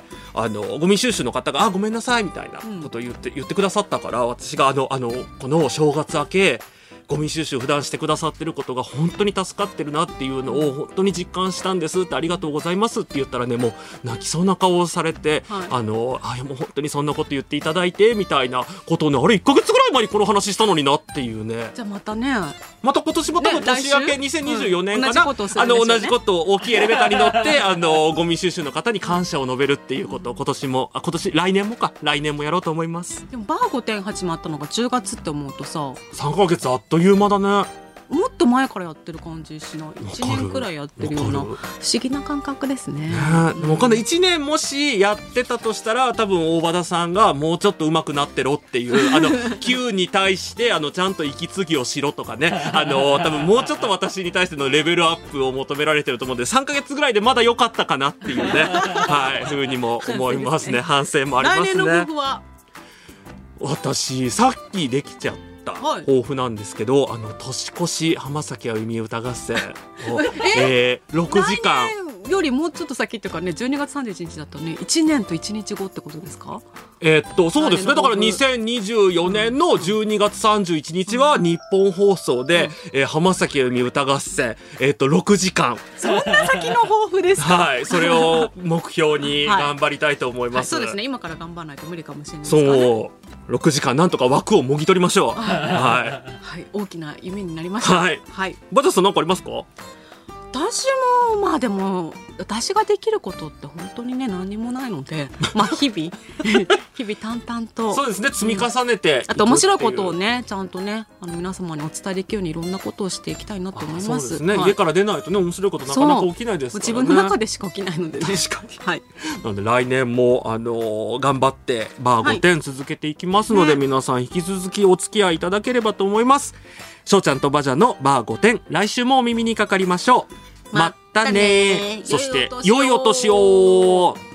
ゴミ収集の方がごめんなさいみたいなことを言ってくださったから、私がこの正月明けゴミ収集普段してくださってることが本当に助かってるなっていうのを本当に実感したんですって、ありがとうございますって言ったらね、もう泣きそうな顔をされて、 はい、 もう本当にそんなこと言っていただいてみたいなことをね、あれ1ヶ月ぐらい前にこの話したのになっていうね。 じゃあまたね、 また今年も多分年明け2024年かな、 同じことを大きいエレベーターに乗ってゴミ収集の方に感謝を述べるっていうことを来年もやろうと思います。 でもバー5点始まったのが10月って思うとさ、 3ヶ月あっという間だね。 もっと前からやってる感じしない？1年くらいやってるような不思議な感覚ですね。 でも1年もしやってたとしたら、多分大和田さんがもうちょっと上手くなってろっていうQ に対してちゃんと息継ぎをしろとかね、多分もうちょっと私に対してのレベルアップを求められてると思うんで、3ヶ月ぐらいでまだ良かったかなっていうねはいふうにも思いますね。反省もありますね。 来年の抱負は？ 私さっきできちゃった抱負なんですけど、年越し浜崎あゆみ歌合戦を、6時間よりもうちょっと先っていうかね、12月31日だったね。1年と1日後ってことですか？ そうですね。だから2024年の12月31日は日本放送で、浜崎あゆみ歌合戦、6時間。 そんな先の抱負ですか？ はい、それを目標に頑張りたいと思います。 はいはい、そうですね。今から頑張らないと無理かもしれないですからね。 そう、6時間なんとか枠をもぎ取りましょう。はい、 はい、大きな夢になりました。 はい、バジャさん何かありますか？ 私もまあでも私ができることって本当にね何にもないので、まあ日々淡々とそうですね、積み重ねて、 あと面白いことをねちゃんとね皆様にお伝えできるようにいろんなことをしていきたいなと思います。 そうですね、家から出ないとね面白いことなかなか起きないですからね。 自分の中でしか起きないので、ね、 確かに、 はい、 なので来年も頑張ってバー5点続けていきますので、皆さん引き続きお付き合いいただければと思います。しょうちゃんとバジャのバー5点、来週もお耳にかかりましょう。またね。そして良いお年を。